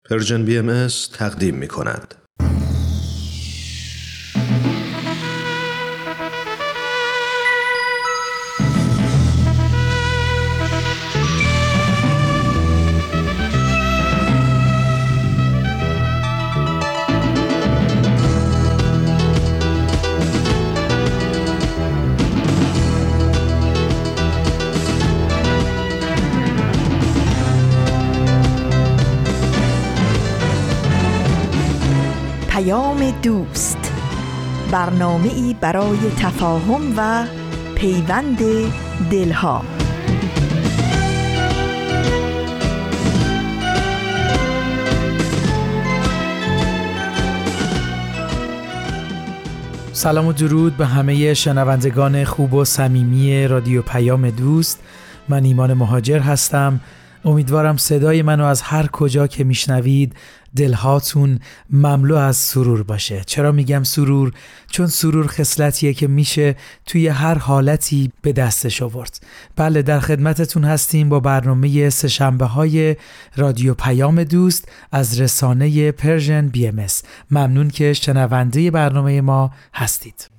پرژن BMS تقدیم می کند. دوست، برنامه‌ای برای تفاهم و پیوند دلها. سلام و درود به همه شنوندگان خوب و صمیمی رادیو پیام دوست. من ایمان مهاجر هستم. امیدوارم صدای منو از هر کجا که میشنوید دلهاتون مملو از سرور باشه. چرا میگم سرور؟ چون سرور خصلتیه که میشه توی هر حالتی به دستش آورد. بله، در خدمتتون هستیم با برنامه سه‌شنبه‌های رادیو پیام دوست از رسانه پرژن BMS. ممنون که شنونده برنامه ما هستید.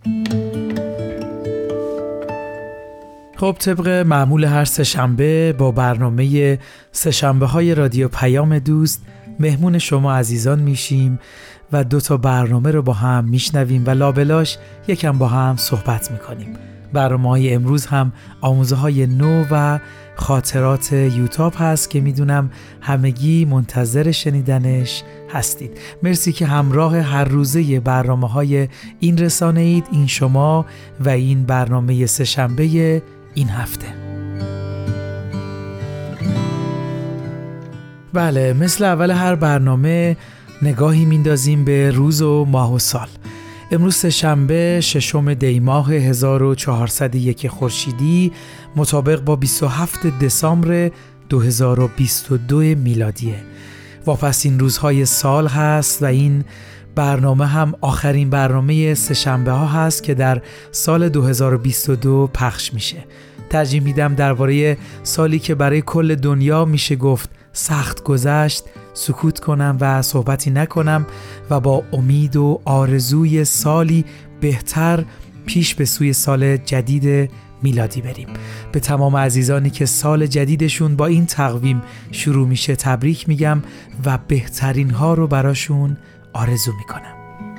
خب، طبق معمول هر سه‌شنبه با برنامه سه‌شنبه‌های رادیو پیام دوست مهمون شما عزیزان میشیم و 2 برنامه رو با هم میشنویم و لابلاش یکم با هم صحبت میکنیم. برنامه‌های امروز هم آموزه‌های نو و خاطرات یوتاب هست که میدونم همگی منتظر شنیدنش هستید. مرسی که همراه هر روزه برنامه‌های این رسانه اید، این شما و این برنامه سه‌شنبه این هفته. بله، مثل اول هر برنامه نگاهی میندازیم به روز و ماه و سال. امروز سه‌شنبه 6 دی ماه 1401 خورشیدی مطابق با 27 دسامبر 2022 میلادیه. واپسین روزهای سال هست و این برنامه هم آخرین برنامه سه‌شنبه ها هست که در سال 2022 پخش میشه. ترجیح میدم درباره سالی که برای کل دنیا میشه گفت سخت گذشت سکوت کنم و صحبتی نکنم و با امید و آرزوی سالی بهتر پیش به سوی سال جدید میلادی بریم. به تمام عزیزانی که سال جدیدشون با این تقویم شروع میشه تبریک میگم و بهترین ها رو براشون آرزو میکنم.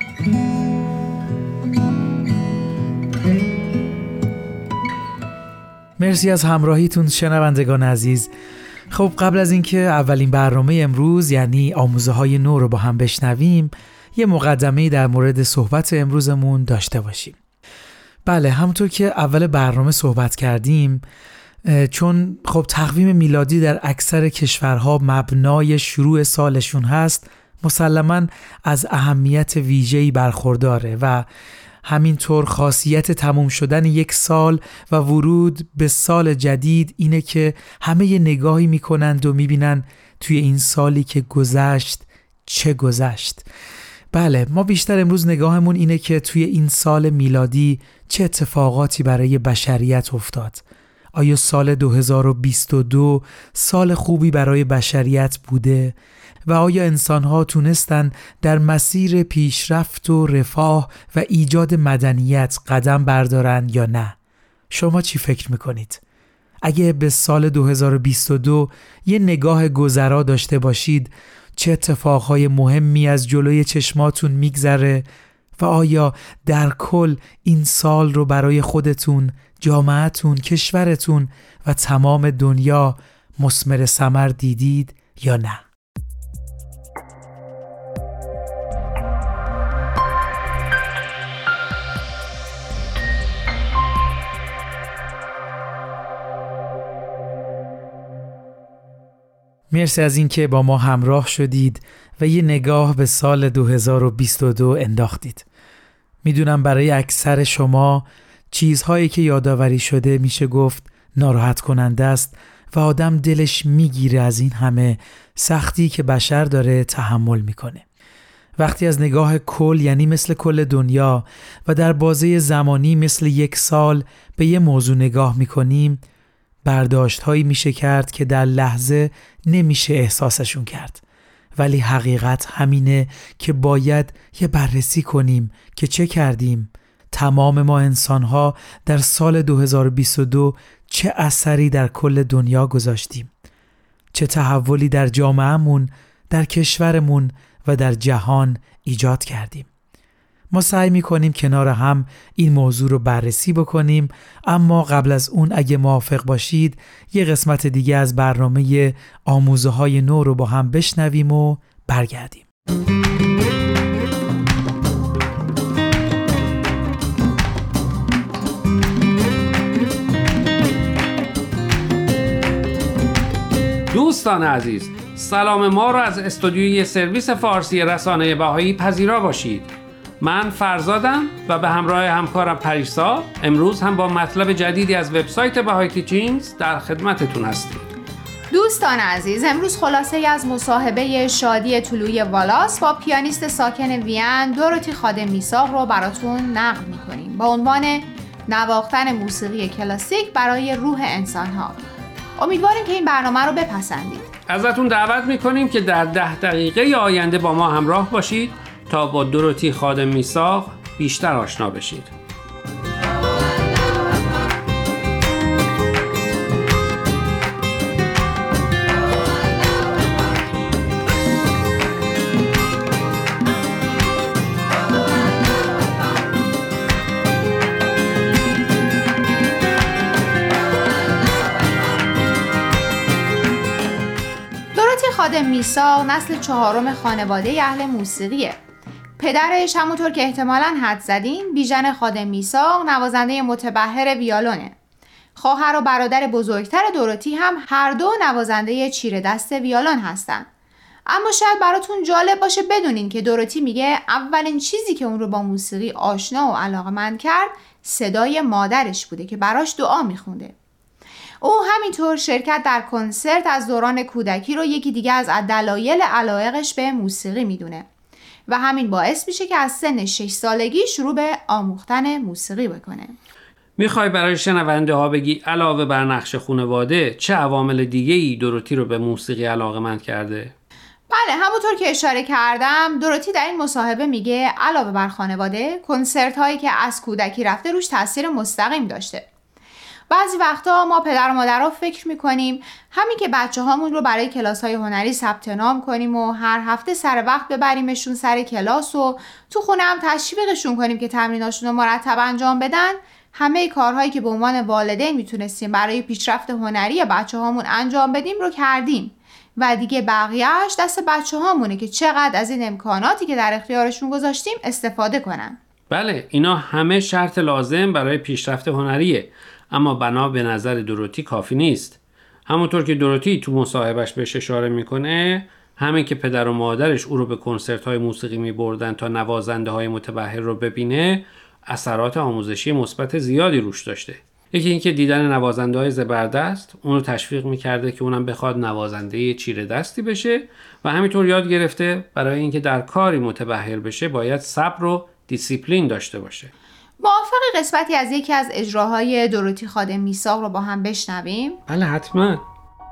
مرسی از همراهیتون شنوندگان عزیز. خب، قبل از اینکه اولین برنامه امروز یعنی آموزه‌های نو رو با هم بشنویم، یه مقدمه‌ای در مورد صحبت امروزمون داشته باشیم. بله، همونطور که اول برنامه صحبت کردیم، چون خب تقویم میلادی در اکثر کشورها مبنای شروع سالشون هست، مسلماً از اهمیت ویژه‌ای برخورداره و همینطور خاصیت تموم شدن یک سال و ورود به سال جدید اینه که همه نگاهی میکنند و میبینن توی این سالی که گذشت چه گذشت. بله، ما بیشتر امروز نگاهمون اینه که توی این سال میلادی چه اتفاقاتی برای بشریت افتاد. آیا سال 2022 سال خوبی برای بشریت بوده؟ و آیا انسان‌ها تونستن در مسیر پیشرفت و رفاه و ایجاد مدنیت قدم بردارن یا نه؟ شما چی فکر میکنید؟ اگه به سال 2022 یه نگاه گذرا داشته باشید، چه اتفاقهای مهمی از جلوی چشماتون میگذره و آیا در کل این سال رو برای خودتون، جامعه‌تون، کشورتون و تمام دنیا مثمر ثمر دیدید یا نه؟ مرسی از اینکه با ما همراه شدید و یه نگاه به سال 2022 انداختید. میدونم برای اکثر شما چیزهایی که یادآوری شده میشه گفت ناراحت کننده است و آدم دلش میگیره از این همه سختی که بشر داره تحمل میکنه. وقتی از نگاه کل، یعنی مثل کل دنیا و در بازه زمانی مثل یک سال به یه موضوع نگاه میکنیم، برداشت هایی میشه کرد که در لحظه نمیشه احساسشون کرد. ولی حقیقت همینه که باید یه بررسی کنیم که چه کردیم. تمام ما انسان‌ها در سال 2022 چه اثری در کل دنیا گذاشتیم، چه تحولی در جامعه‌مون، در کشورمون و در جهان ایجاد کردیم. ما سعی می‌کنیم کنار هم این موضوع رو بررسی بکنیم، اما قبل از اون اگه موافق باشید یه قسمت دیگه از برنامه آموزه‌های نو رو با هم بشنویم و برگردیم. دوستان عزیز، سلام ما را از استودیوی سرویس فارسی رسانه بهایی پذیرا باشید. من فرزادم و به همراه همکارم پریسا امروز هم با مطلب جدیدی از وبسایت بهایی تیچینگز در خدمتتون هستیم. دوستان عزیز، امروز خلاصه از مصاحبه شادی طلویی والاس با پیانیست ساکن وین دوروتی خادم میثاق رو براتون نقل می‌کنیم با عنوان نواختن موسیقی کلاسیک برای روح انسان‌ها. امیدواریم که این برنامه رو بپسندید. ازتون دعوت می‌کنیم که در 10 دقیقه آینده با ما همراه باشید تا با دوروتی خادم میثاق بیشتر آشنا بشید. خادم میثاق نسل 4 خانواده اهل موسیقیه. پدرش همونطور که احتمالاً حد زدین بیژن خادم میثاق نوازنده متبحر ویولونه. خواهر و برادر بزرگتر دوروتی هم هر دو نوازنده چیره دست ویولون هستن. اما شاید براتون جالب باشه بدونین که دوروتی میگه اولین چیزی که اون رو با موسیقی آشنا و علاقه‌مند کرد صدای مادرش بوده که براش دعا میخونده. او همینطور شرکت در کنسرت از دوران کودکی رو یکی دیگه از دلایل علاقش به موسیقی میدونه و همین باعث میشه که از سن 6 سالگی شروع به آموختن موسیقی بکنه. میخوای برای شنونده ها بگی علاوه بر نقش خانواده چه عوامل دیگه‌ای دوروتی رو به موسیقی علاقه‌مند کرده؟ بله، همونطور که اشاره کردم دوروتی در این مصاحبه میگه علاوه بر خانواده کنسرت هایی که از کودکی رفته روش تاثیر مستقیم داشته. بعضی وقتا ما پدر و مادرها فکر میکنیم همین که بچه هامون رو برای کلاس های هنری ثبت نام کنیم و هر هفته سر وقت ببریمشون سر کلاس و تو خونه هم تشویقشون کنیم که تمریناشون رو مرتب انجام بدن، همه کارهایی که به عنوان والدین میتونستیم برای پیشرفت هنری بچه هامون انجام بدیم رو کردیم و دیگه بقیه‌اش دست بچه هامونه که چقدر از این امکاناتی که در اختیارشون گذاشتیم استفاده کنن. بله، اینا همه شرط لازم برای پیشرفت هنریه، اما بنا به نظر دوروتی کافی نیست. همونطور که دوروتی تو مصاحبهش بهش اشاره میکنه، همین که پدر و مادرش او رو به کنسرت‌های موسیقی می‌بردن تا نوازنده‌های متبحر رو ببینه، اثرات آموزشی مثبت زیادی روش داشته. یکی اینکه دیدن نوازنده‌های زبردست اون رو تشویق می‌کرده که اونم بخواد نوازنده چیره دستی بشه و همینطور یاد گرفته برای اینکه در کاری متبحر بشه باید صبر و دیسیپلین داشته باشه. موافق قسمتی از یکی از اجراهای دوروتی خادم میثاق رو با هم بشنویم؟ بله حتما.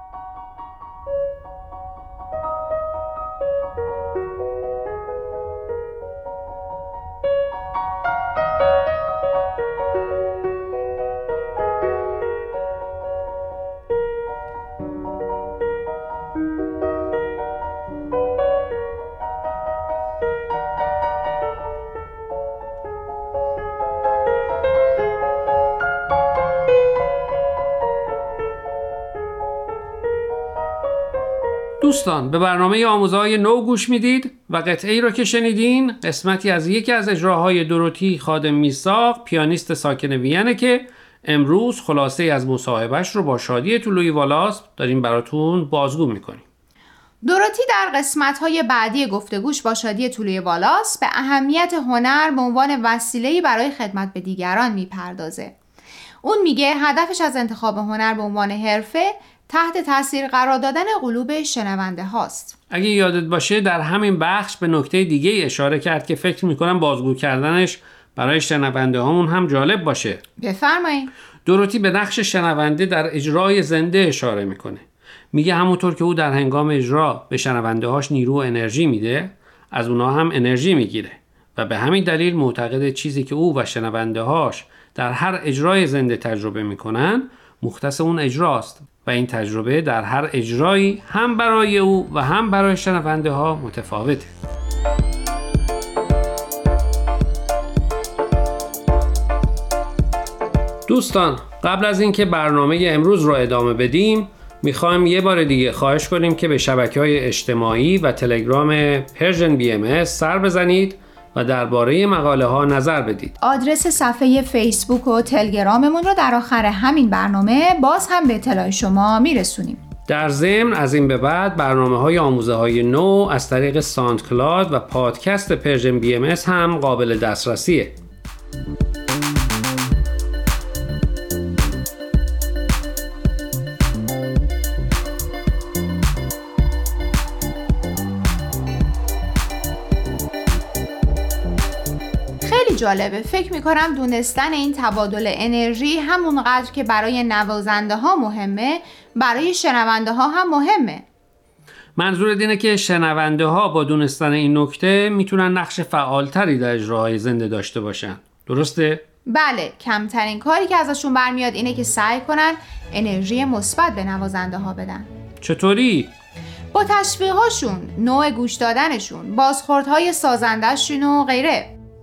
دوستان، به برنامه آموزه‌های نو گوش میدید و قطعه‌ای رو که شنیدین قسمتی از یکی از اجراهای دوروتی خادم میثاق پیانیست ساکن وینه که امروز خلاصه از مصاحبهش رو با شادی طلویی والاس داریم براتون بازگو میکنیم. دوروتی در قسمت‌های بعدی گفتگوش با شادی طلویی والاس به اهمیت هنر به عنوان وسیله‌ای برای خدمت به دیگران میپردازه. اون میگه هدفش از انتخاب هنر به عنوان حرفه تحت تاثیر قرار دادن قلوب شنونده هاست. اگه یادت باشه در همین بخش به نکته دیگه اشاره کرد که فکر میکنم بازگو کردنش برای شنونده هامون هم جالب باشه. بفرمایید. دوروتی به نقش شنونده در اجرای زنده اشاره میکنه. میگه همونطور که او در هنگام اجرا به شنونده هاش نیرو و انرژی میده، از اونا هم انرژی میگیره و به همین دلیل معتقد چیزی که او و شنونده هاش در هر اجرای زنده تجربه میکنن مختص اون اجراست و این تجربه در هر اجرایی هم برای او و هم برای شنونده ها متفاوته. دوستان، قبل از اینکه برنامه امروز رو ادامه بدیم میخوایم یه بار دیگه خواهش کنیم که به شبکه‌های اجتماعی و تلگرام پرژن BMS سر بزنید و درباره مقاله ها نظر بدید. آدرس صفحه فیسبوک و تلگراممون رو در آخر همین برنامه باز هم به اطلاع شما میرسونیم. در ضمن از این به بعد برنامه‌های آموزه‌های نو از طریق ساندکلاد و پادکست پرژن BMS هم قابل دسترسیه. جالبه. فکر میکنم دونستن این تبادل انرژی همونقدر که برای نوازنده ها مهمه، برای شنونده ها هم مهمه. منظور اینه که شنونده ها با دونستن این نکته میتونن نقش فعالتری در اجراهای زنده داشته باشن. درسته؟ بله، کمترین کاری که ازشون برمیاد اینه که سعی کنن انرژی مثبت به نوازنده ها بدن. چطوری؟ با تشویق‌هاشون، نوع گوش دادنشون، بازخوردهای سازنده‌شون و غیره.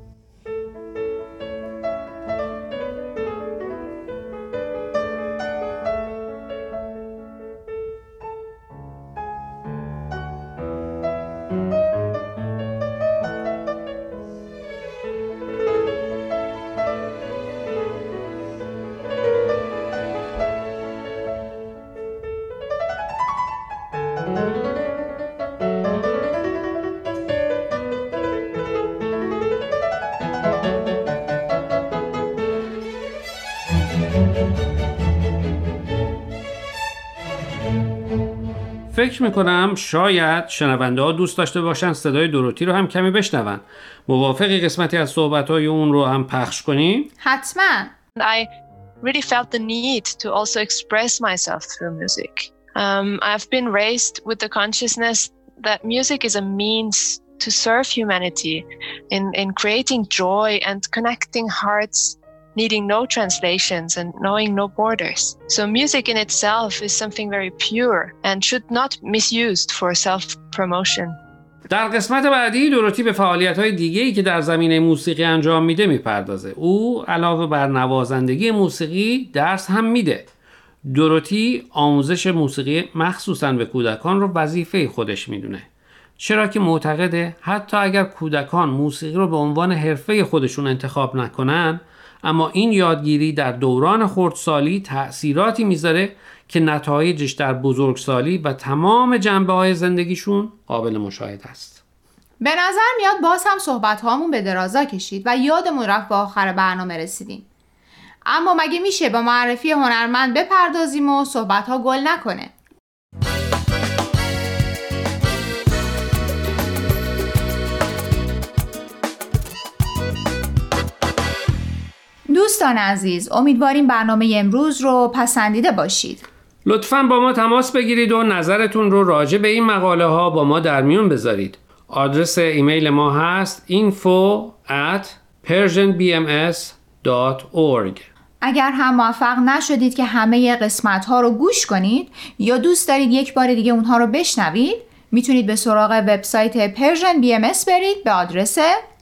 فکر میکنم شاید شنونده ها دوست داشته باشن صدای دوروتی رو هم کمی بشنون. موافقی قسمتی از صحبت‌های اون رو هم پخش کنیم؟ حتما. I really felt the need to also express myself through music. I've been raised with the consciousness that music is a means to serve humanity in creating joy and connecting hearts, needing no translations and knowing no borders. So music in itself is something very pure and should not be misused for self-promotion. در قسمت بعدی دوروتی به فعالیت‌های دیگه‌ای که در زمینه موسیقی انجام میده میپردازه. او علاوه بر نوازندگی موسیقی درس هم میده. دوروتی آموزش موسیقی مخصوصاً به کودکان رو وظیفه خودش میدونه. چرا که معتقده حتی اگر کودکان موسیقی رو به عنوان حرفه خودشون انتخاب نکنن، اما این یادگیری در دوران خردسالی تأثیراتی میذاره که نتایجش در بزرگسالی و تمام جنبه‌های زندگیشون قابل مشاهده است. به نظر میاد باز هم صحبت هامون به درازا کشید و یادمون رفت به آخر برنامه رسیدیم. اما مگه میشه با معرفی هنرمند بپردازیم و صحبت ها گل نکنه؟ دوستان عزیز، امیدواریم برنامه امروز رو پسندیده باشید. لطفاً با ما تماس بگیرید و نظرتون رو راجع به این مقاله ها با ما در میون بذارید. آدرس ایمیل ما هست info@persianbms.org. اگر هم موفق نشدید که همه قسمت ها رو گوش کنید یا دوست دارید یک بار دیگه اونها رو بشنوید، میتونید به سراغ وبسایت پرژن BMS برید به آدرس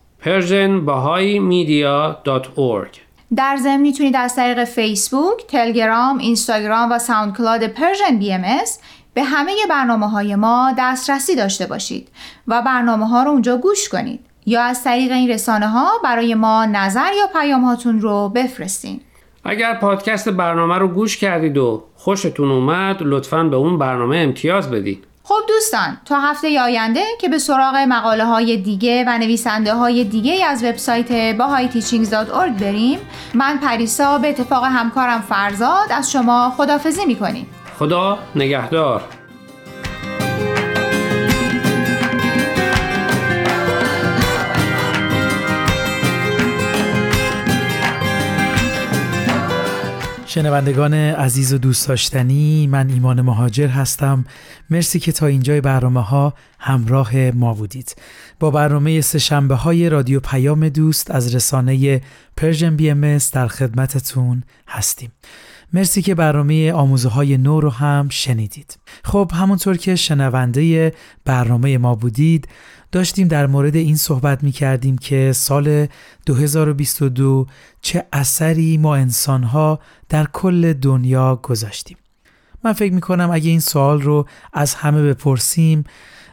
persianbahaimedia.org. در ضمن میتونید از طریق فیسبوک، تلگرام، اینستاگرام و ساوندکلاد پرژن BMS به همه برنامه‌های ما دسترسی داشته باشید و برنامه‌ها رو اونجا گوش کنید یا از طریق این رسانه‌ها برای ما نظر یا پیام‌هاتون رو بفرستین. اگر پادکست برنامه رو گوش کردید و خوشتون اومد، لطفاً به اون برنامه امتیاز بدید. خب دوستان، تا هفته آینده که به سراغ مقاله های دیگه و نویسنده های دیگه از وبسایت bahai-teachings.org بریم، من پریسا به اتفاق همکارم فرزاد از شما خداحافظی میکنیم. خدا نگهدار. شنوندگان عزیز و دوست داشتنی، من ایمان مهاجر هستم. مرسی که تا اینجای برنامه‌ها همراه ما بودید. با برنامه سه‌شنبه‌های رادیو پیام دوست از رسانه پرژن BMS در خدمتتون هستیم. مرسی که برنامه آموزه‌های نو رو هم شنیدید. خب همونطور که شنونده برنامه ما بودید، داشتیم در مورد این صحبت می‌کردیم که سال 2022 چه اثری ما انسان‌ها در کل دنیا گذاشتیم. من فکر می‌کنم اگه این سوال رو از همه بپرسیم،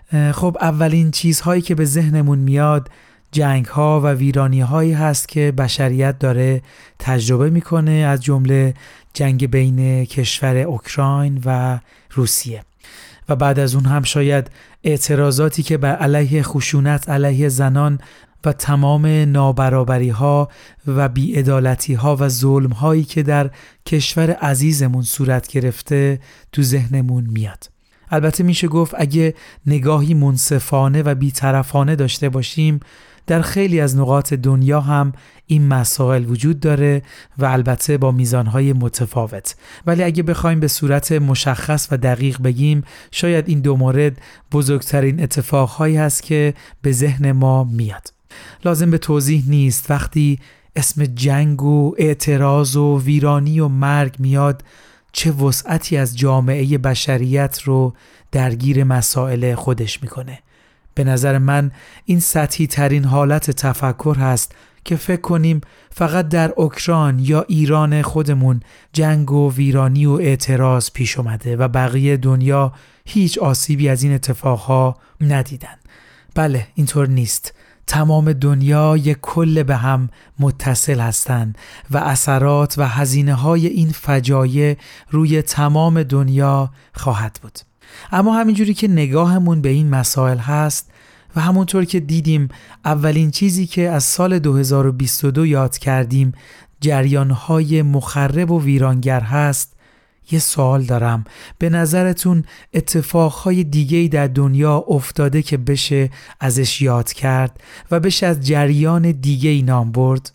خب اولین چیزهایی که به ذهنمون میاد جنگ‌ها و ویرانی‌هایی هست که بشریت داره تجربه می‌کنه، از جمله جنگ بین کشور اوکراین و روسیه. و بعد از اون هم شاید اعتراضاتی که بر علیه خشونت علیه زنان و تمام نابرابری‌ها و بی‌عدالتی‌ها و ظلم‌هایی که در کشور عزیزمون صورت گرفته تو ذهنمون میاد. البته میشه گفت اگه نگاهی منصفانه و بی‌طرفانه داشته باشیم، در خیلی از نقاط دنیا هم این مسائل وجود داره و البته با میزانهای متفاوت. ولی اگه بخوایم به صورت مشخص و دقیق بگیم، شاید این دو مورد بزرگترین اتفاقهایی هست که به ذهن ما میاد. لازم به توضیح نیست وقتی اسم جنگ و اعتراض و ویرانی و مرگ میاد، چه وسعتی از جامعه بشریت رو درگیر مسائل خودش میکنه. به نظر من این سطحی ترین حالت تفکر هست که فکر کنیم فقط در اوکراین یا ایران خودمون جنگ و ویرانی و اعتراض پیش اومده و بقیه دنیا هیچ آسیبی از این اتفاقها ندیدن. بله، اینطور نیست. تمام دنیا یک کل به هم متصل هستند و اثرات و هزینه‌های این فجایع روی تمام دنیا خواهد بود. اما همینجوری که نگاهمون به این مسائل هست و همونطور که دیدیم اولین چیزی که از سال 2022 یاد کردیم جریان‌های مخرب و ویرانگر هست، یه سوال دارم. به نظرتون اتفاقهای دیگه‌ای در دنیا افتاده که بشه ازش یاد کرد و بشه از جریان دیگه‌ای نام برد؟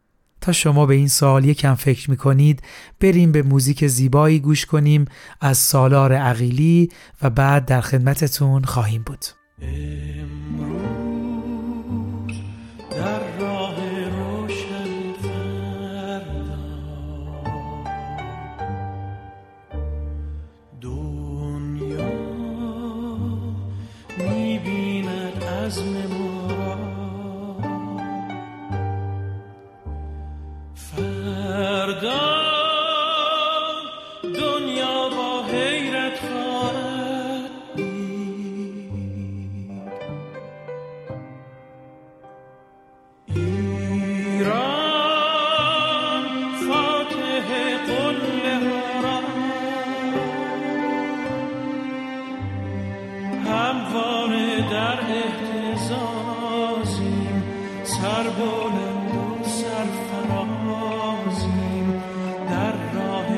تا شما به این سوال یکم فکر میکنید، بریم به موزیک زیبایی گوش کنیم از سالار عقیلی و بعد در خدمتتون خواهیم بود. امروز در راه روشن فردا دنیا می‌بیند عزم ما را، فردا دنیا با حیرت خواهد دید. ایران فاتح قله را همواره در اهتزازیم، سر بلند و سرفرازیم در راه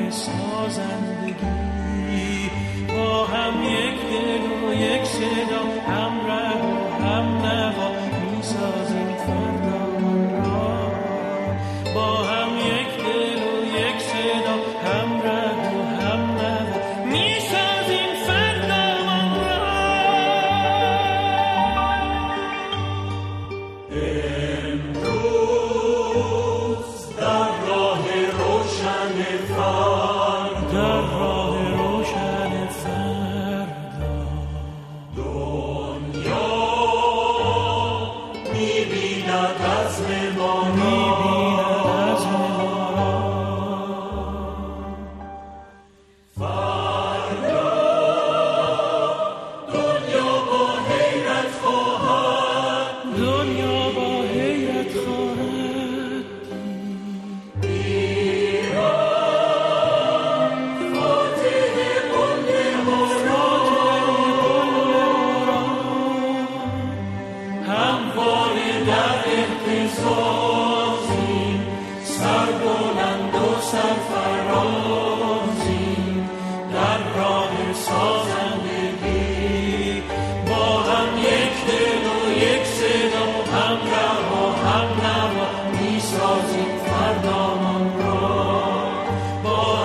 سازندگی، با هم یک دل و یک صدا، هم ره و هم نوا میسازیم فردامان را. با هم یک دل و یک صدا، هم ره و هم نوا میسازیم فردامان را. با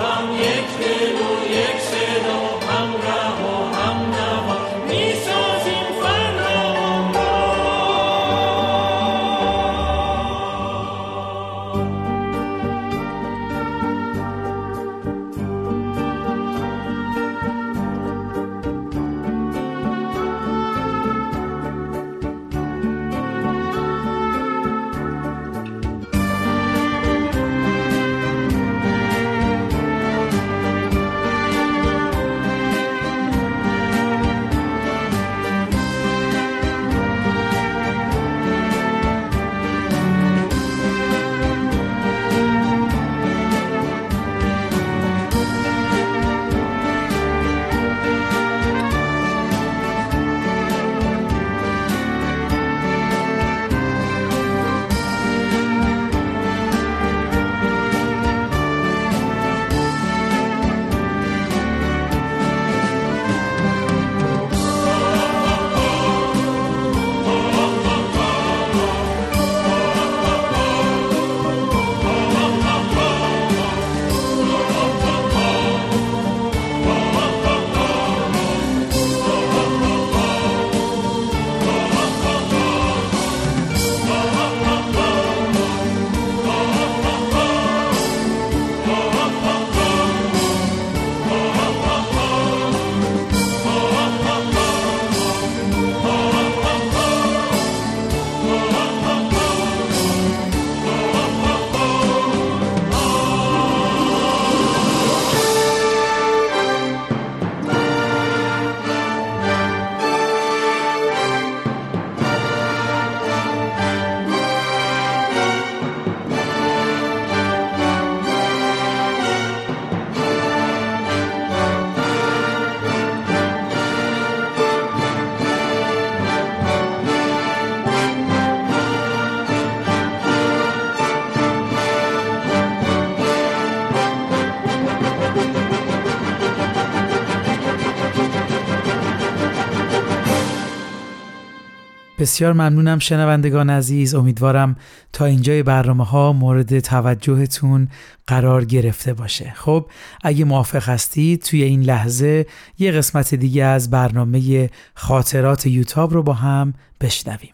بسیار ممنونم شنوندگان عزیز. امیدوارم تا اینجای برنامه‌ها مورد توجهتون قرار گرفته باشه. خب اگه موافق هستید توی این لحظه یه قسمت دیگه از برنامه خاطرات یوتاب رو با هم بشنویم.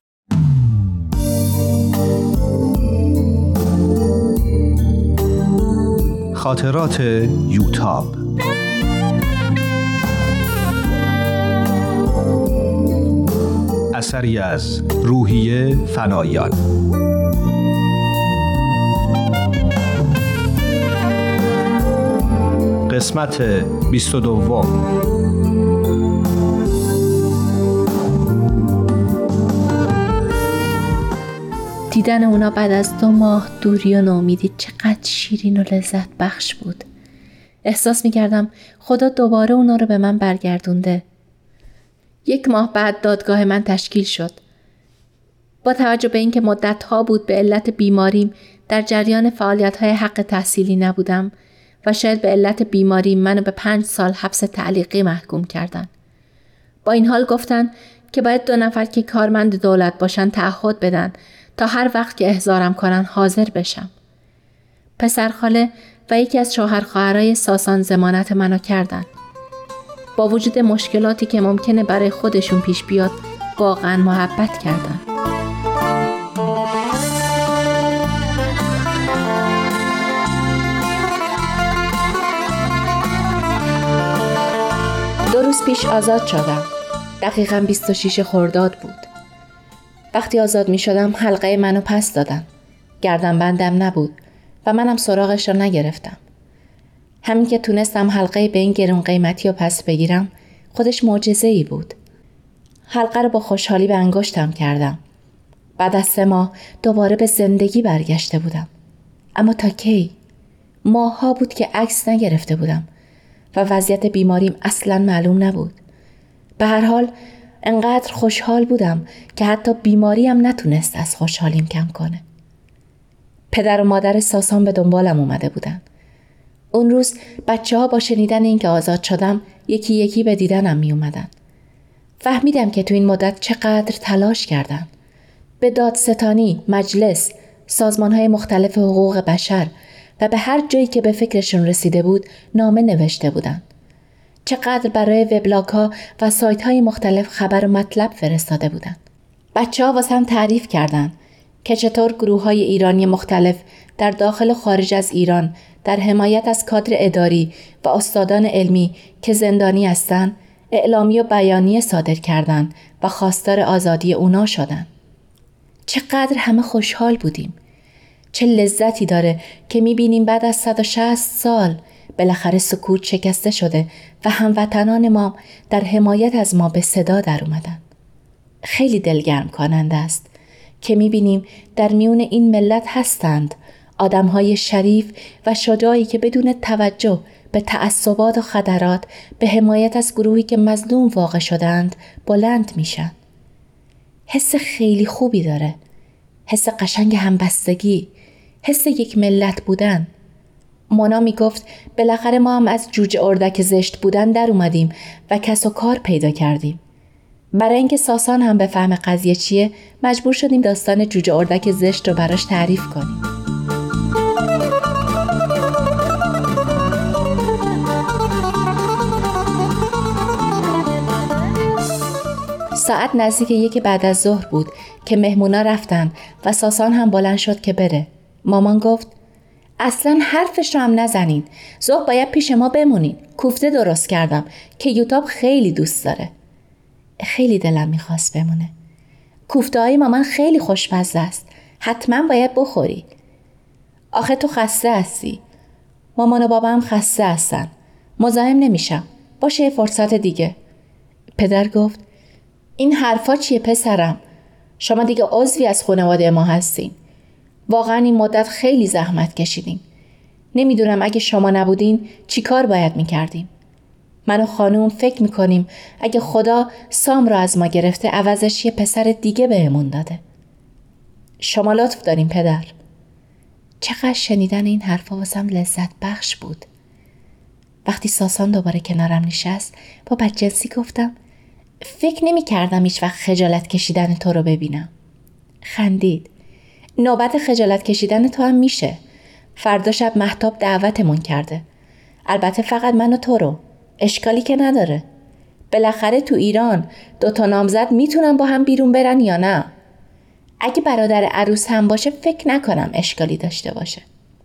خاطرات یوتاب. اثری از روحیه فنایان. قسمت 22. دیدن اونا بعد از 2 ماه دوری و ناامیدی چقدر شیرین و لذت بخش بود. احساس می‌کردم خدا دوباره اونا رو به من برگردونده. 1 ماه بعد دادگاه من تشکیل شد. با توجه به اینکه مدت‌ها بود به علت بیماریم در جریان فعالیت‌های حق تحصیلی نبودم و شاید به علت بیماری منو به 5 سال حبس تعلیقی محکوم کردن. با این حال گفتن که باید 2 نفر که کارمند دولت باشن تعهد بدن تا هر وقت که احضارم کنن حاضر بشم. پسرخاله و یکی از شوهر خواهرای ساسان ضمانت منو کردن. با وجود مشکلاتی که ممکنه برای خودشون پیش بیاد واقعا محبت کردن. دو روز پیش آزاد شدم. دقیقاً 26 خرداد بود. وقتی آزاد می شدم حلقه منو پس دادن. گردنبندم نبود و منم سراغش را نگرفتم. همین که تونستم حلقه به این گرون قیمتی رو پس بگیرم خودش معجزه‌ای بود. حلقه رو با خوشحالی به انگشتم کردم. بعد از 3 ماه دوباره به زندگی برگشته بودم. اما تا کی؟ ماه‌ها بود که عکس نگرفته بودم و وضعیت بیماریم اصلاً معلوم نبود. به هر حال انقدر خوشحال بودم که حتی بیماریم نتونست از خوشحالیم کم کنه. پدر و مادر ساسان به دنبالم اومده بودن. اون روز بچه‌ها با شنیدن اینکه آزاد شدم یکی یکی به دیدنم می اومدن. فهمیدم که تو این مدت چقدر تلاش کردن. به دادستانی، مجلس، سازمان‌های مختلف حقوق بشر و به هر جایی که به فکرشون رسیده بود نامه نوشته بودن. چقدر برای وبلاگ‌ها و سایت‌های مختلف خبر و مطلب فرستاده بودن. بچه‌ها واسم تعریف کردن که چطور گروه‌های ایرانی مختلف در داخل و خارج از ایران در حمایت از کادر اداری و استادان علمی که زندانی هستن اعلامیه و بیانیه صادر کردن و خواستار آزادی اونا شدن. چقدر همه خوشحال بودیم. چه لذتی داره که می‌بینیم بعد از 160 سال بالاخره سکوت شکسته شده و هموطنان ما در حمایت از ما به صدا در اومدن. خیلی دلگرم کننده است که می‌بینیم در میون این ملت هستند آدم‌های شریف و شجاعی که بدون توجه به تعصبات و خطرات به حمایت از گروهی که مظلوم واقع شدند بلند میشن. حس خیلی خوبی داره. حس قشنگ همبستگی، حس یک ملت بودن. مونا میگفت بالاخره ما هم از جوجه اردک زشت بودن در اومدیم و کس و کار پیدا کردیم. برای اینکه ساسان هم بفهم قضیه چیه مجبور شدیم داستان جوجه اردک زشت رو براش تعریف کنیم. ساعت نزدیک 1 بعد از ظهر بود که مهمونا رفتن و ساسان هم بلند شد که بره. مامان گفت اصلا حرفش رو هم نزنین. ظهر باید پیش ما بمونین. کوفته درست کردم که یوتاب خیلی دوست داره. خیلی دلم میخواست بمونه. کوفته های مامان خیلی خوشمزه است. حتما باید بخوری. آخه تو خسته هستی. مامان و بابا هم خسته هستن. مزاحم نمیشم. باشه فرصت دیگه. پدر گفت این حرفا چیه پسرم؟ شما دیگه عضوی از خانواده ما هستین. واقعا این مدت خیلی زحمت کشیدیم. نمیدونم اگه شما نبودین چی کار باید میکردیم. من و خانوم فکر میکنیم اگه خدا سام رو از ما گرفته عوضش یه پسر دیگه بهمون داده. شما لطف دارین پدر. چقدر شنیدن این حرفا واسم لذت بخش بود. وقتی ساسان دوباره کنارم نشست با بدجنسی گفتم فکر نمی کردم هیچ وقت خجالت کشیدن تو رو ببینم. خندید. نوبت خجالت کشیدن تو هم میشه. فردا شب مهتاب دعوتمون کرده. البته فقط من و تو رو. اشکالی که نداره. بالاخره تو ایران 2 نامزد میتونن با هم بیرون برن یا نه؟ اگه برادر عروس هم باشه فکر نکنم اشکالی داشته باشه.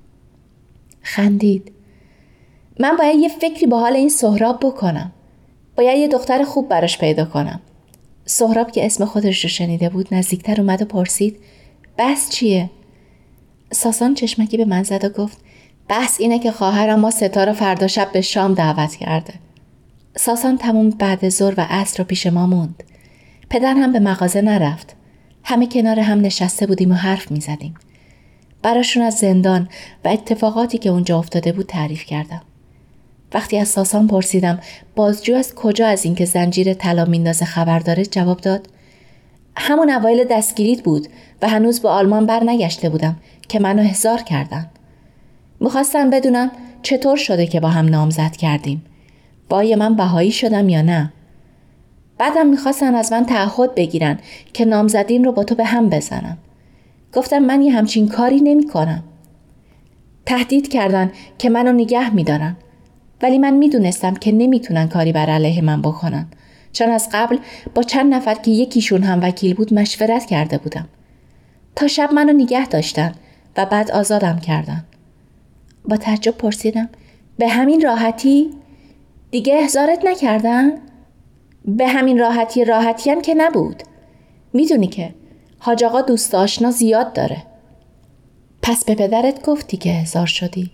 خندید. من باید یه فکری با حال این سهراب بکنم. باید یه دختر خوب براش پیدا کنم. سهراب که اسم خودش رو شنیده بود نزدیکتر اومد و پرسید بحث چیه؟ ساسان چشمکی به من زد و گفت بحث اینه که خواهرم ما 3 رو فردا شب به شام دعوت کرده. ساسان تمام بعد ظهر و عصر رو پیش ما موند. پدر هم به مغازه نرفت. همه کنار هم نشسته بودیم و حرف می زدیم. براشون از زندان و اتفاقاتی که اونجا افتاده بود تعریف کردم. وقتی از ساسان پرسیدم بازجو از کجا از اینکه زنجیر طلا میندازه خبر داره، جواب داد همون اوایل دستگیریت بود و هنوز به آلمان بر نگشته بودم که منو احضار کردن. میخواستم بدونم چطور شده که با هم نامزد کردیم. با من بهایی شدم یا نه؟ بعدم میخواستن از من تعهد بگیرن که نامزدیم رو با تو به هم بزنم. گفتم من یه همچین کاری نمی کنم. تهدید کردن که منو نگه میدارن. ولی من میدونستم که نمیتونن کاری بر علیه من بکنن، چون از قبل با چند نفر که یکیشون هم وکیل بود مشورت کرده بودم. تا شب منو نگه داشتن و بعد آزادم کردن. با تعجب پرسیدم به همین راحتی؟ دیگه احضارت نکردن؟ به همین راحتی هم که نبود. میدونی که حاج آقا دوست آشنا زیاد داره. پس به پدرت گفتی که احضار شدی؟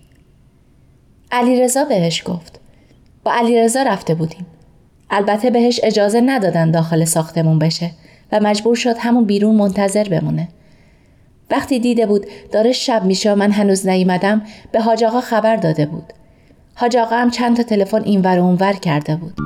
علیرضا بهش گفت. با علیرضا رفته بودیم. البته بهش اجازه ندادن داخل ساختمون بشه و مجبور شد همون بیرون منتظر بمونه. وقتی دیده بود داره شب میشه و من هنوز نیومدم به حاج آقا خبر داده بود. حاج آقا هم چند تا تلفن اینور و اونور کرده بود.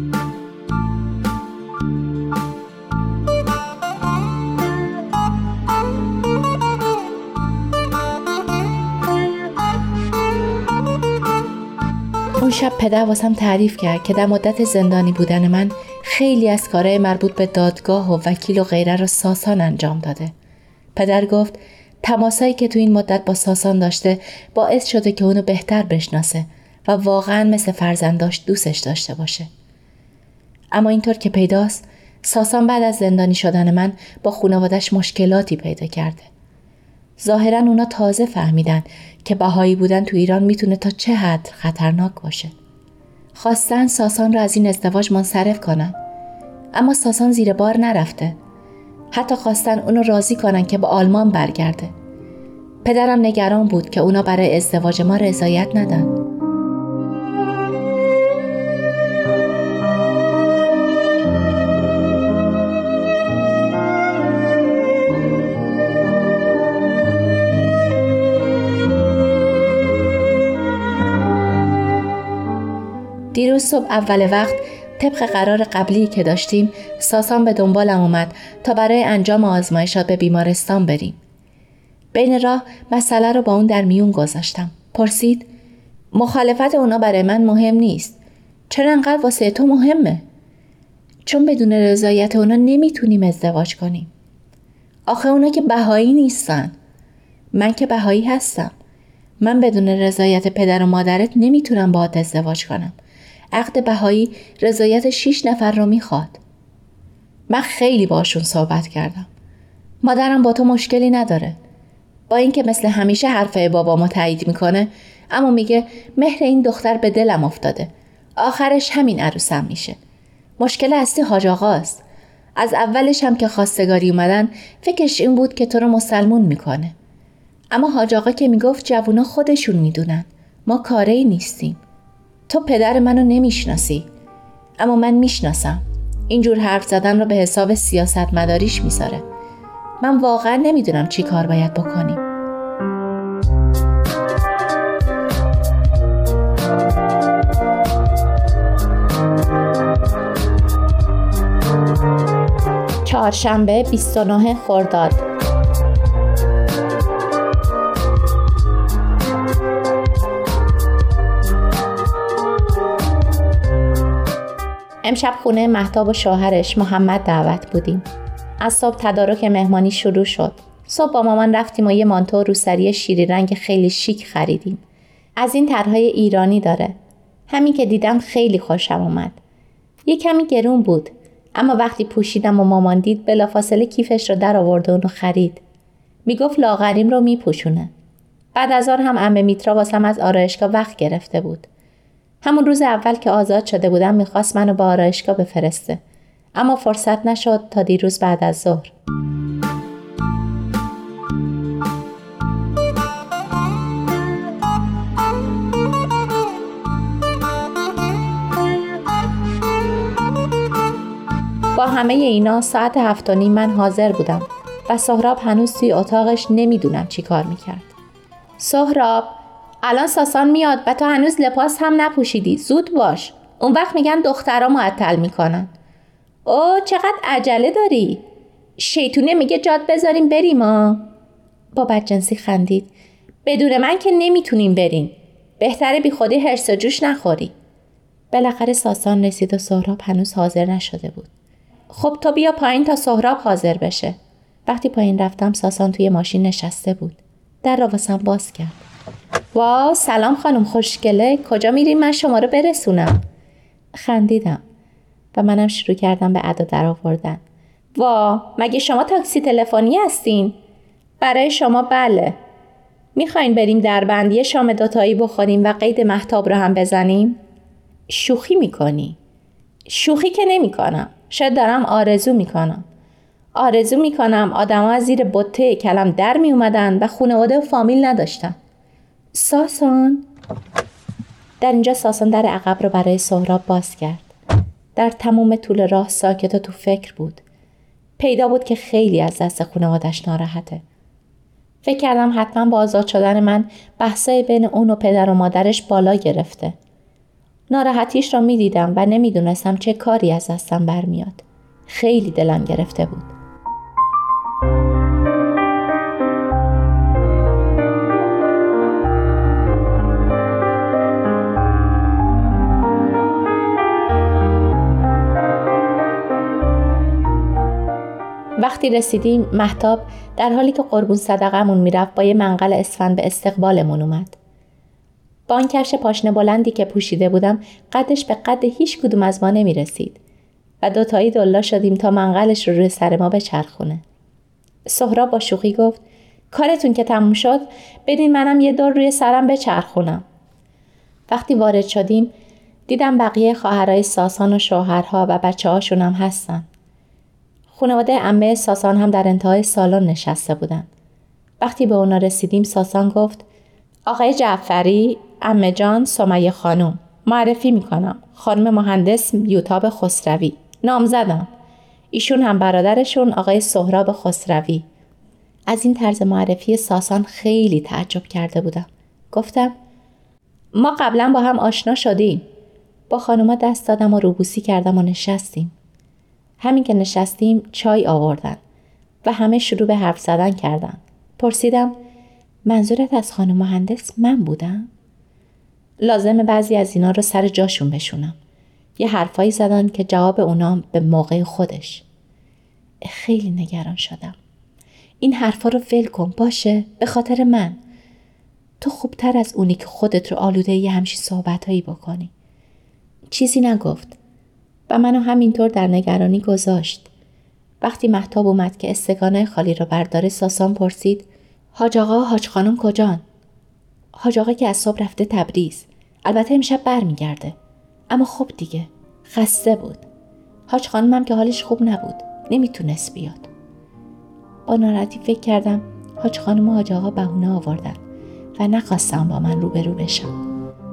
اون شب پدر واسم تعریف کرد که در مدت زندانی بودن من خیلی از کارهای مربوط به دادگاه و وکیل و غیره رو ساسان انجام داده. پدر گفت تماسایی که تو این مدت با ساسان داشته باعث شده که اونو بهتر بشناسه و واقعا مثل فرزنداش دوستش داشته باشه. اما اینطور که پیداست ساسان بعد از زندانی شدن من با خانواده‌اش مشکلاتی پیدا کرده. ظاهراً اونا تازه فهمیدن که بهایی بودن تو ایران میتونه تا چه حد خطرناک باشه. خواستن ساسان رو از این ازدواج منصرف کنن، اما ساسان زیر بار نرفته. حتی خواستن اونو راضی کنن که به آلمان برگرده. پدرم نگران بود که اونا برای ازدواج ما رضایت ندن. دیروز صبح اول وقت طبق قرار قبلی که داشتیم ساسان به دنبالم اومد تا برای انجام آزمایشات به بیمارستان بریم. بین راه مسئله رو با اون در میون گذاشتم. پرسید مخالفت اونا برای من مهم نیست. چرا انقدر واسه تو مهمه؟ چون بدون رضایت اونا نمیتونیم ازدواج کنیم. آخه اونا که بهایی نیستن. من که بهایی هستم. من بدون رضایت پدر و مادرت نمیتونم باهات ازدواج کنم. عقد بهایی رضایت 6 نفر رو میخواد. من خیلی باشون صحبت کردم. مادرم با تو مشکلی نداره. با اینکه مثل همیشه حرفای بابامو تایید میکنه، اما میگه مهر این دختر به دلم افتاده. آخرش همین عروسم میشه. مشکل اصلی حاج آقاست. از اولش هم که خواستگاری اومدن فکرش این بود که تو رو مسلمون میکنه. اما حاج آقا که میگفت جوونا خودشون میدونن. ما کاری نیستیم. تو پدر منو نمیشناسی، اما من میشناسم. اینجور حرف زدن رو به حساب سیاست مداریش میذاره. من واقعا نمیدونم چی کار باید بکنیم. چهارشنبه 29 خرداد. امشب خونه مهتاب و شوهرش محمد دعوت بودیم. از صبح تدارک مهمانی شروع شد. صبح با مامان رفتیم و یه مانتو روسری شیری رنگ خیلی شیک خریدیم. از این طرحهای ایرانی داره. همین که دیدم خیلی خوشم اومد. یه کمی گرون بود، اما وقتی پوشیدم و مامان دید بلافاصله کیفش رو در آورد و اونو خرید. میگفت لاغریم رو میپوشونه. بعد از آن هم عمه میترا واسم از آرایشگاه وقت گرفته بود. همون روز اول که آزاد شده بودم میخواست منو به آرایشگاه بفرسته، اما فرصت نشد تا دیروز بعد از ظهر. با همه اینا ساعت 7:30 من حاضر بودم و سهراب هنوز توی اتاقش نمیدونم چی کار میکرد. سهراب، الان ساسان میاد و تو هنوز لباس هم نپوشیدی، زود باش. اون وقت میگن دخترها معطل میکنن. اوه چقدر عجله داری؟ شیطونه میگه جاد بذاریم بریم ها. با بدجنسی خندید. بدون من که نمیتونیم بریم. بهتره بی خودی هرس و جوش نخوری. بالاخره ساسان رسید و سهراب هنوز حاضر نشده بود. خب تو بیا پایین تا سهراب حاضر بشه. وقتی پایین رفتم ساسان توی ماشین نشسته بود. در را واسم باز کرد. واو سلام خانم خوشگله، کجا میریم من شما رو برسونم؟ خندیدم و منم شروع کردم به ادا در آوردن. وا مگه شما تاکسی تلفنی هستین؟ برای شما بله. میخواین بریم دربندی شام دوتایی بخوریم و قید مهتاب رو هم بزنیم؟ شوخی میکنی؟ شوخی که نمی کنم. شاید دارم آرزو میکنم آدم ها از زیر بطه کلم در می اومدن و خانواده و فامیل نداشتن. ساسان؟ در اینجا ساسان در عقب رو برای سهراب باز کرد. در تمام طول راه ساکت و تو فکر بود. پیدا بود که خیلی از دست خانوادش ناراحته. فکر کردم حتما با آزاد شدن من بحثای بین اون و پدر و مادرش بالا گرفته. ناراحتیش را می دیدم و نمی دونستم چه کاری از دستم برمیاد. خیلی دلم گرفته بود. وقتی رسیدیم مهتاب در حالی که قربون صدقمون میرفت با یه منقل اسفند به استقبالمون اومد. با آن کفش پاشنه بلندی که پوشیده بودم قدش به قد هیچ کدوم از ما نمی رسید و دوتایی دلا شدیم تا منقلش رو روی سر ما بچرخونه. سهراب با شوخی گفت کارتون که تموم شد بدین منم یه دور روی سرم بچرخونم. وقتی وارد شدیم دیدم بقیه خواهرای ساسان و شوهرها و بچه هاشون هم هستن. خانواده عمه ساسان هم در انتهای سالن نشسته بودن. وقتی به اونا رسیدیم ساسان گفت آقای جعفری، عمه جان، سمیه خانم، معرفی میکنم. خانم مهندس یوتاب خسروی، نامزدم. ایشون هم برادرشون آقای سهراب خسروی. از این طرز معرفی ساسان خیلی تعجب کرده بودم. گفتم ما قبلا با هم آشنا شدیم. با خانوما دست دادم و روبوسی کردم و نشستیم. همین که نشستیم چای آوردن و همه شروع به حرف زدن کردن. پرسیدم منظورت از خانم مهندس من بودم؟ لازمه بعضی از اینا رو سر جاشون بشونم. یه حرفایی زدن که جواب اونا به موقع خودش. خیلی نگران شدم. این حرفا رو ول کن باشه، به خاطر من. تو خوبتر از اونی که خودت رو آلوده یه همچین صحبتایی بکنی. چیزی نگفت و منو همینطور در نگرانی گذاشت. وقتی مهتاب اومد که استکانه خالی رو برداره ساسان پرسید حاج آقا حاج خانم کجان؟ حاج آقا که از صبح رفته تبریز. البته امشب برمیگرده. اما خب دیگه خسته بود. حاج خانمم که حالش خوب نبود. نمیتونست بیاد. با ناراحتی فکر کردم حاج خانم و حاج آقا بهونه آوردن و نخواستم با من روبرو بشم.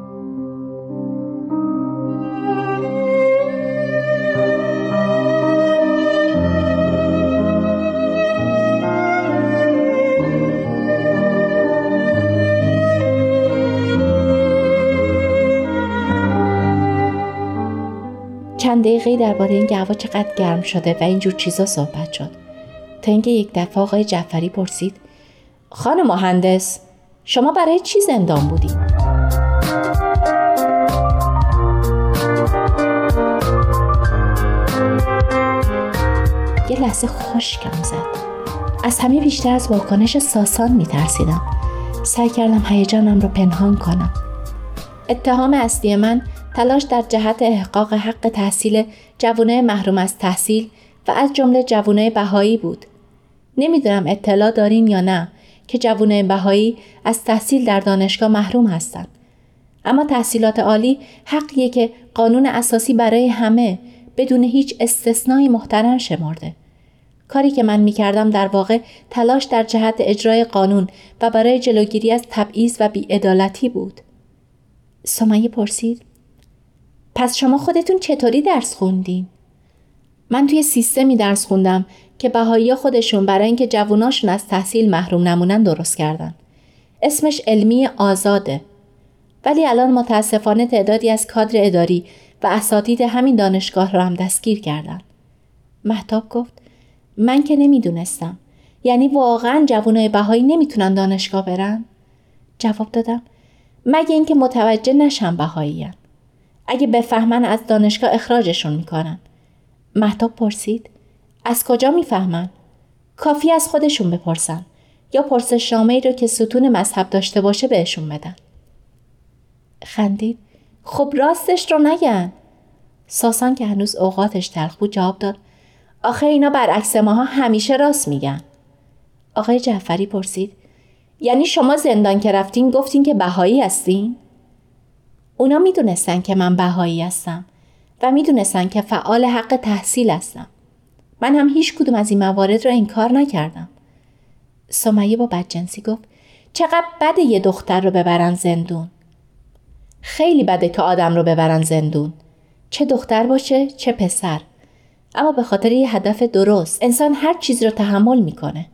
چند دقیقه درباره این هوا چقدر گرم شده و اینجور چیزا صحبت شد تا اینکه یک دفعه آقای جعفری پرسید خانم مهندس شما برای چی زندان بودید؟ یه لحظه خشکم زد. از همه بیشتر از واکنش ساسان می‌ترسیدم. سعی کردم هیجانم رو پنهان کنم. اتهام اصلی من تلاش در جهت احقاق حق تحصیل جوانای محروم از تحصیل و از جمله جوانای بهایی بود. نمیدونم اطلاع دارین یا نه که جوانای بهایی از تحصیل در دانشگاه محروم هستند. اما تحصیلات عالی حقیه که قانون اساسی برای همه بدون هیچ استثنایی محترم شمرده. کاری که من میکردم در واقع تلاش در جهت اجرای قانون و برای جلوگیری از تبعیض و بی‌عدالتی بود. سمیه پرسید: پس شما خودتون چطوری درس خوندین؟ من توی سیستمی درس خوندم که بهایی‌ها خودشون برای اینکه جووناشون از تحصیل محروم نمونن درست کردن. اسمش علمی آزاده. ولی الان متاسفانه تعدادی از کادر اداری و اساتید همین دانشگاه رو هم دستگیر کردن. مهتاب گفت: من که نمیدونستم. یعنی واقعاً جوانای بهایی نمیتونن دانشگاه برن؟ جواب دادم: مگه اینکه متوجه نشن بهایی‌ان. اگه بفهمن از دانشگاه اخراجشون میکنن. مهتاب پرسید: از کجا میفهمن؟ کافی از خودشون بپرسن یا پرسشنامه‌ای رو که ستون مذهب داشته باشه بهشون بدن. خندید: خب راستش رو نگن. ساسان که هنوز اوقاتش تلخ بود جواب داد: آخه اینا برعکس ماها همیشه راست میگن. آقای جعفری پرسید: یعنی شما زندان که رفتین گفتین که بهایی هستین؟ اونا میدونستن که من بهایی هستم و میدونستن که فعال حق تحصیل هستم. من هم هیچ کدوم از این موارد رو انکار نکردم. سمیه با بدجنسی گفت: چقدر بده یه دختر رو ببرن زندون. خیلی بده که آدم رو ببرن زندون، چه دختر باشه چه پسر. اما به خاطر یه هدف درست انسان هر چیز رو تحمل میکنه.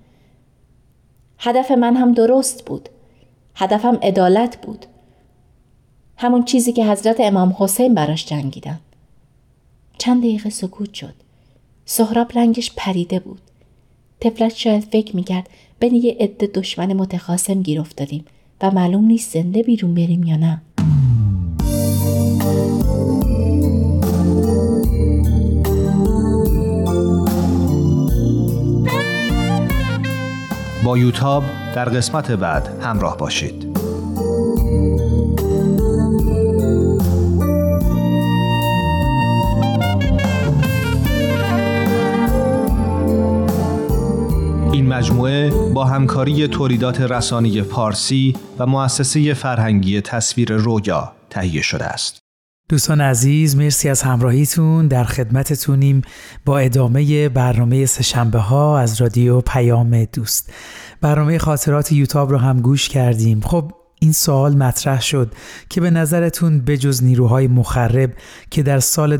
هدف من هم درست بود. هدفم عدالت بود. همون چیزی که حضرت امام حسین براش جنگیدن. چند دقیقه سکوت شد. سهراب رنگش پریده بود. طفلت شاید فکر میکرد بین یه عده دشمن متخاصم گیر افتادیم و معلوم نیست زنده بیرون بریم یا نه. با یوتاب در قسمت بعد همراه باشید. این مجموعه با همکاری تولیدات رسانه‌ای فارسی و مؤسسه فرهنگی تصویر رویا تهیه شده است. دوستان عزیز، مرسی از همراهیتون. در خدمتتونیم با ادامه برنامه سه‌شنبه ها از رادیو پیام دوست. برنامه خاطرات یوتاب رو هم گوش کردیم. خب این سوال مطرح شد که به نظرتون بجز نیروهای مخرب که در سال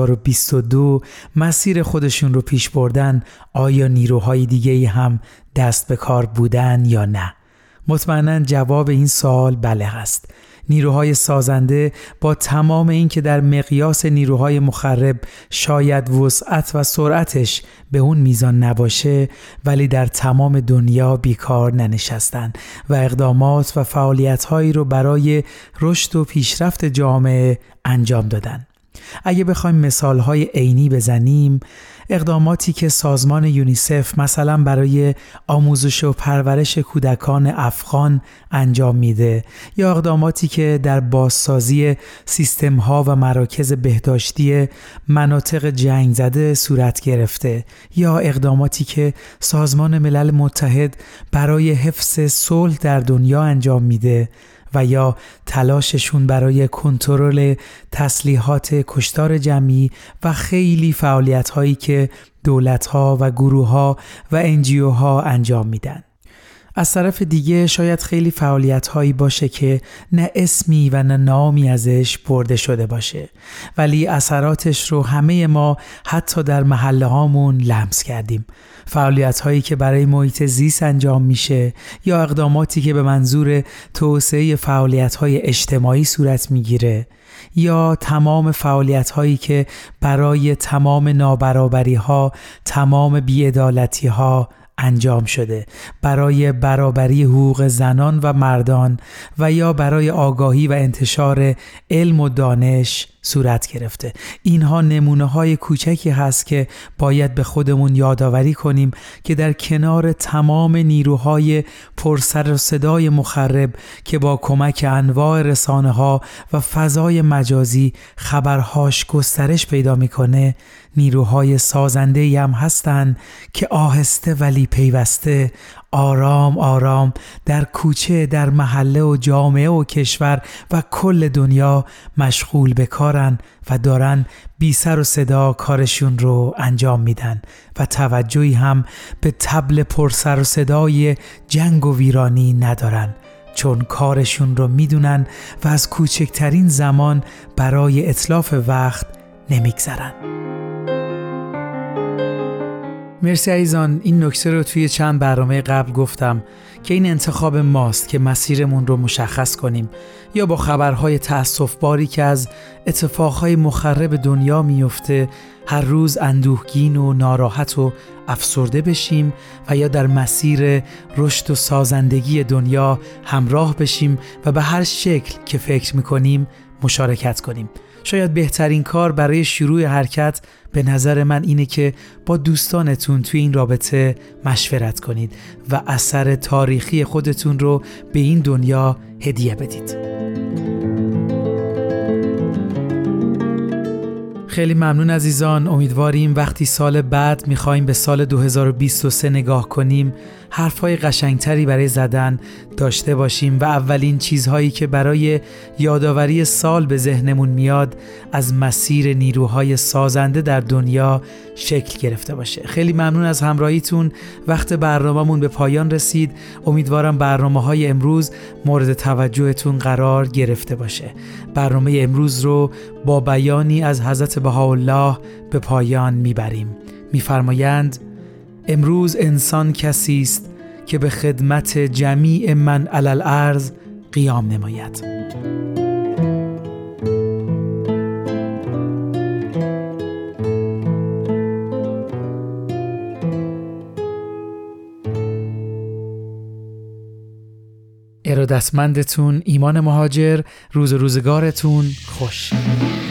2022 مسیر خودشون رو پیش بردن، آیا نیروهای دیگه‌ای هم دست به کار بودن یا نه؟ مطمئناً جواب این سوال بله هست. نیروهای سازنده با تمام این که در مقیاس نیروهای مخرب شاید وسعت و سرعتش به اون میزان نباشه، ولی در تمام دنیا بیکار ننشستن و اقدامات و فعالیت‌هایی رو برای رشد و پیشرفت جامعه انجام دادن. اگه بخوایم مثال‌های عینی بزنیم، اقداماتی که سازمان یونیسف مثلا برای آموزش و پرورش کودکان افغان انجام میده، یا اقداماتی که در بازسازی سیستم‌ها و مراکز بهداشتی مناطق جنگ زده صورت گرفته، یا اقداماتی که سازمان ملل متحد برای حفظ صلح در دنیا انجام میده، و یا تلاششون برای کنترل تسلیحات کشتار جمعی و خیلی فعالیت‌هایی که دولت‌ها و گروه‌ها و NGO‌ها انجام میدن. از طرف دیگه شاید خیلی فعالیت‌هایی باشه که نه اسمی و نه نامی ازش برده شده باشه، ولی اثراتش رو همه ما حتی در محله هامون لمس کردیم. فعالیت‌هایی که برای محیط زیست انجام میشه، یا اقداماتی که به منظور توسعه فعالیت‌های اجتماعی صورت میگیره، یا تمام فعالیت‌هایی که برای تمام نابرابری‌ها، تمام بی‌عدالتی‌ها انجام شده، برای برابری حقوق زنان و مردان و یا برای آگاهی و انتشار علم و دانش صورت گرفته. اینها نمونه های کوچکی هست که باید به خودمون یادآوری کنیم که در کنار تمام نیروهای پرسر و صدای مخرب که با کمک انواع رسانه ها و فضای مجازی خبرهاش گسترش پیدا میکنه، نیروهای سازنده‌ای هم هستن که آهسته ولی پیوسته، آرام آرام در کوچه، در محله و جامعه و کشور و کل دنیا مشغول به کارن و دارن بی سر و صدا کارشون رو انجام میدن و توجهی هم به طبل پرسر و صدای جنگ و ویرانی ندارن، چون کارشون رو میدونن و از کوچکترین زمان برای اتلاف وقت نمیگذرن. مرسی عزیزان. این نکته رو توی چند برنامه قبل گفتم که این انتخاب ماست که مسیرمون رو مشخص کنیم، یا با خبرهای تأسف‌باری که از اتفاقهای مخرب دنیا میفته هر روز اندوهگین و ناراحت و افسرده بشیم، و یا در مسیر رشد و سازندگی دنیا همراه بشیم و به هر شکل که فکر میکنیم مشارکت کنیم. شاید بهترین کار برای شروع حرکت به نظر من اینه که با دوستانتون توی این رابطه مشورت کنید و اثر تاریخی خودتون رو به این دنیا هدیه بدید. خیلی ممنون عزیزان. امیدواریم وقتی سال بعد میخوایم به سال 2023 نگاه کنیم حرفای قشنگتری برای زدن داشته باشیم و اولین چیزهایی که برای یادآوری سال به ذهنمون میاد از مسیر نیروهای سازنده در دنیا شکل گرفته باشه. خیلی ممنون از همراهیتون. وقت برنامه‌مون به پایان رسید. امیدوارم برنامه‌های امروز مورد توجهتون قرار گرفته باشه. برنامه امروز رو با بیانی از حضرت بهاءالله به پایان میبریم. میفرمایند: امروز انسان کسی است که به خدمت جمیع من علی الارض قیام نماید. ارادتمندتون ایمان مهاجر. روز و روزگارتون خوش.